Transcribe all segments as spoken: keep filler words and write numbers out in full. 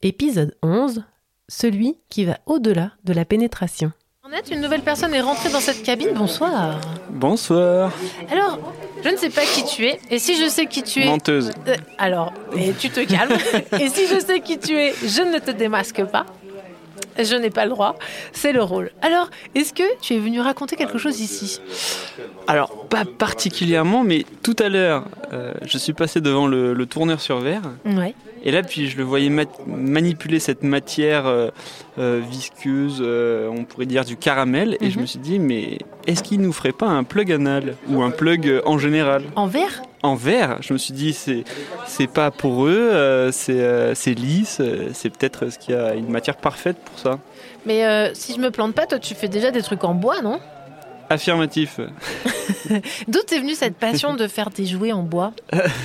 Épisode onze, celui qui va au-delà de la pénétration. Annette, une nouvelle personne est rentrée dans cette cabine, bonsoir. Bonsoir. Alors, je ne sais pas qui tu es, et si je sais qui tu es... Menteuse. Euh, alors, et tu te calmes, et si je sais qui tu es, je ne te démasque pas. Je n'ai pas le droit, c'est le rôle. Alors, est-ce que tu es venu raconter quelque chose ici ? Alors, pas particulièrement, mais tout à l'heure, euh, je suis passé devant le, le tourneur sur verre. Ouais. Et là, puis je le voyais ma- manipuler cette matière euh, euh, visqueuse, euh, on pourrait dire du caramel. Et Mm-hmm. je me suis dit, mais est-ce qu'il nous ferait pas un plug anal ? Ou un plug euh, en général ? En verre ? En verre, je me suis dit, c'est, c'est pas pour eux, euh, c'est, euh, c'est lisse, euh, c'est peut-être ce qu'il y a une matière parfaite pour ça. Mais euh, si je me plante pas, toi tu fais déjà des trucs en bois, non ? Affirmatif. D'où t'es venue cette passion de faire des jouets en bois ?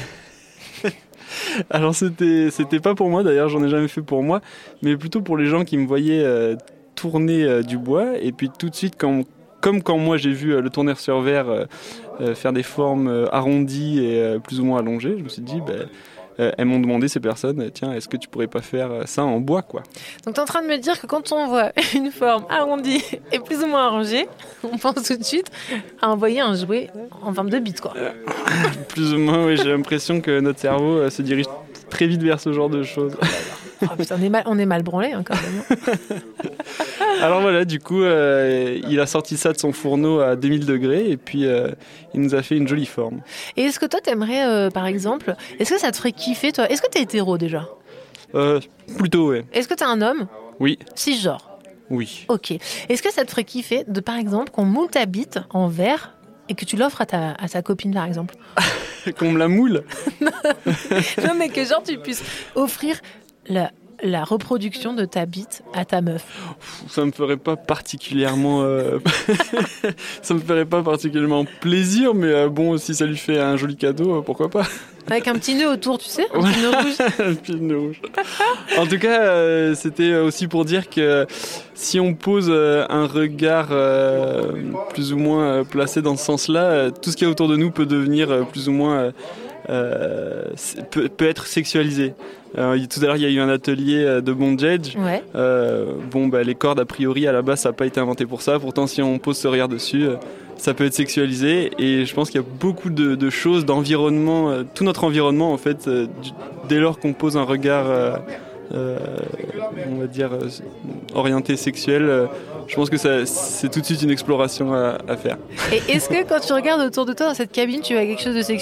Alors c'était, c'était pas pour moi, d'ailleurs j'en ai jamais fait pour moi, mais plutôt pour les gens qui me voyaient euh, tourner euh, du bois, et puis tout de suite, quand, comme quand moi j'ai vu euh, le tourneur sur verre euh, euh, faire des formes euh, arrondies et euh, plus ou moins allongées, je me suis dit, bah, euh, elles m'ont demandé ces personnes, tiens, est-ce que tu pourrais pas faire ça en bois, quoi. Donc t'es en train de me dire que quand on voit une forme arrondie et plus ou moins arrangée, on pense tout de suite à envoyer un jouet en forme de bite, quoi. Plus ou moins, oui, j'ai l'impression que notre cerveau euh, se dirige très vite vers ce genre de choses. Oh, putain, on est mal, on est mal branlé hein, quand même. Alors voilà, du coup, euh, il a sorti ça de son fourneau à deux mille degrés et puis euh, il nous a fait une jolie forme. Et est-ce que toi t'aimerais, euh, par exemple, est-ce que ça te ferait kiffer, toi ? Est-ce que t'es hétéro déjà ? Euh, plutôt, ouais. Est-ce que t'es un homme ? Oui, Cisgenre ? oui. Ok. Est-ce que ça te ferait kiffer de, par exemple, qu'on moule ta bite en verre et que tu l'offres à ta, à ta copine, par exemple ? Qu'on me la moule. Non, mais que genre tu puisses offrir la, la reproduction de ta bite à ta meuf. Ça me ferait pas particulièrement, euh... ça me ferait pas particulièrement plaisir, mais euh, bon, si ça lui fait un joli cadeau, euh, pourquoi pas. Avec un petit nœud autour, tu sais, un petit nœud rouge. Un petit nœud rouge. En tout cas, euh, c'était aussi pour dire que si on pose euh, un regard euh, plus ou moins euh, placé dans ce sens-là, euh, tout ce qu'il y a autour de nous peut devenir euh, plus ou moins euh, euh, peut, peut être sexualisé. Euh, tout à l'heure, il y a eu un atelier de bondage. Ouais. Euh, bon, bah, les cordes, a priori, à la base, ça n'a pas été inventé pour ça. Pourtant, si on pose ce regard dessus, euh, ça peut être sexualisé. Et je pense qu'il y a beaucoup de, de choses, d'environnement, euh, tout notre environnement, en fait, euh, du, dès lors qu'on pose un regard, euh, euh, on va dire, euh, orienté sexuel, euh, je pense que ça, c'est tout de suite une exploration à, à faire. Et est-ce que quand tu regardes autour de toi dans cette cabine, tu vois quelque chose de sexuel ?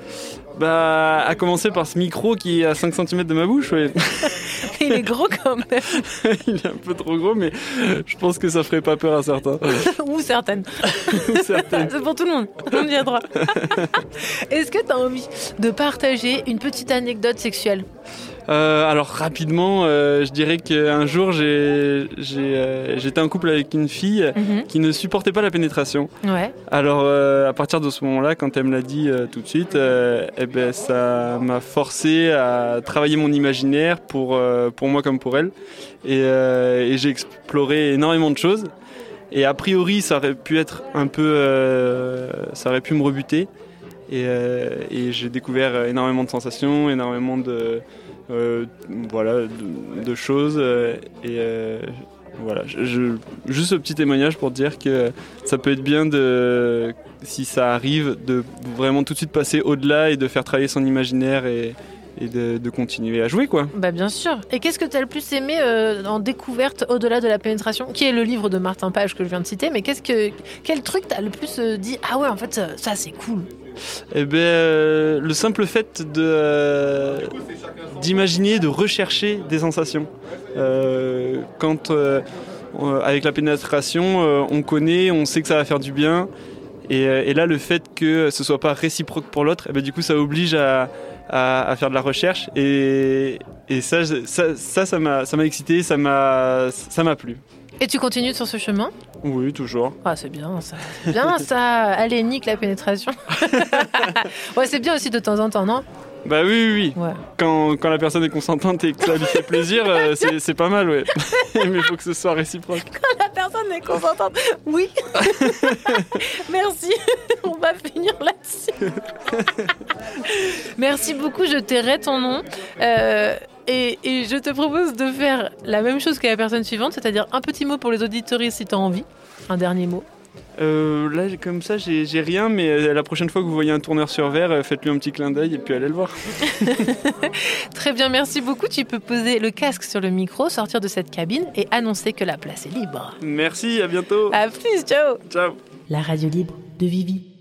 Bah, à commencer par ce micro qui est à cinq centimètres de ma bouche, ouais. Il est gros quand même. Il est un peu trop gros, mais je pense que ça ferait pas peur à certains. Ou certaines. Ou certaines. C'est pour tout le monde. On y a droit. Est-ce que tu as envie de partager une petite anecdote sexuelle ? Euh, alors rapidement, euh, je dirais qu'un jour j'ai, j'ai, euh, j'étais en couple avec une fille Mm-hmm. qui ne supportait pas la pénétration. Ouais. Alors euh, à partir de ce moment-là, quand elle me l'a dit euh, tout de suite, euh, eh ben, ça m'a forcé à travailler mon imaginaire pour, euh, pour moi comme pour elle. Et, euh, et j'ai exploré énormément de choses. Et a priori, ça aurait pu être un peu, euh, ça aurait pu me rebuter. Et, euh, et j'ai découvert énormément de sensations, énormément de Euh, voilà, de, de choses euh, et euh, voilà, je, je, juste ce petit témoignage pour dire que ça peut être bien de, si ça arrive, de vraiment tout de suite passer au-delà et de faire travailler son imaginaire et, et de, de continuer à jouer, quoi. Bah bien sûr. Et qu'est-ce que tu as le plus aimé euh, en découverte au-delà de la pénétration ? Qui est le livre de Martin Page que je viens de citer, mais qu'est-ce que, quel truc t'as le plus euh, dit ? Ah ouais, en fait, ça, ça c'est cool. Eh ben, euh, le simple fait de, euh, d'imaginer, de rechercher des sensations. Euh, quand, euh, avec la pénétration, euh, on connaît, on sait que ça va faire du bien. Et, et là, le fait que ce soit pas réciproque pour l'autre, eh ben, du coup, ça oblige à, à, à faire de la recherche. Et, et ça, ça, ça, ça m'a, ça m'a excité, ça m'a, ça m'a plu. Et tu continues sur ce chemin ? Oui, toujours. Ah, c'est bien ça. C'est bien ça. Allez, nique la pénétration. Ouais, c'est bien aussi de temps en temps, non ? Bah oui, oui, oui. Ouais. Quand, quand la personne est consentante et que ça lui fait plaisir, euh, c'est, c'est pas mal, ouais. Mais il faut que ce soit réciproque. Quand la personne est consentante, oui. Merci. On va finir là-dessus. Merci beaucoup, je tairai ton nom. Euh... Et, et je te propose de faire la même chose que la personne suivante, c'est-à-dire un petit mot pour les auditoristes si tu as envie. Un dernier mot. Euh, là, comme ça, j'ai, j'ai rien, mais la prochaine fois que vous voyez un tourneur sur verre, faites-lui un petit clin d'œil et puis allez le voir. Très bien, merci beaucoup. Tu peux poser le casque sur le micro, sortir de cette cabine et annoncer que la place est libre. Merci, à bientôt. À plus, ciao. Ciao. La radio libre de Vivi.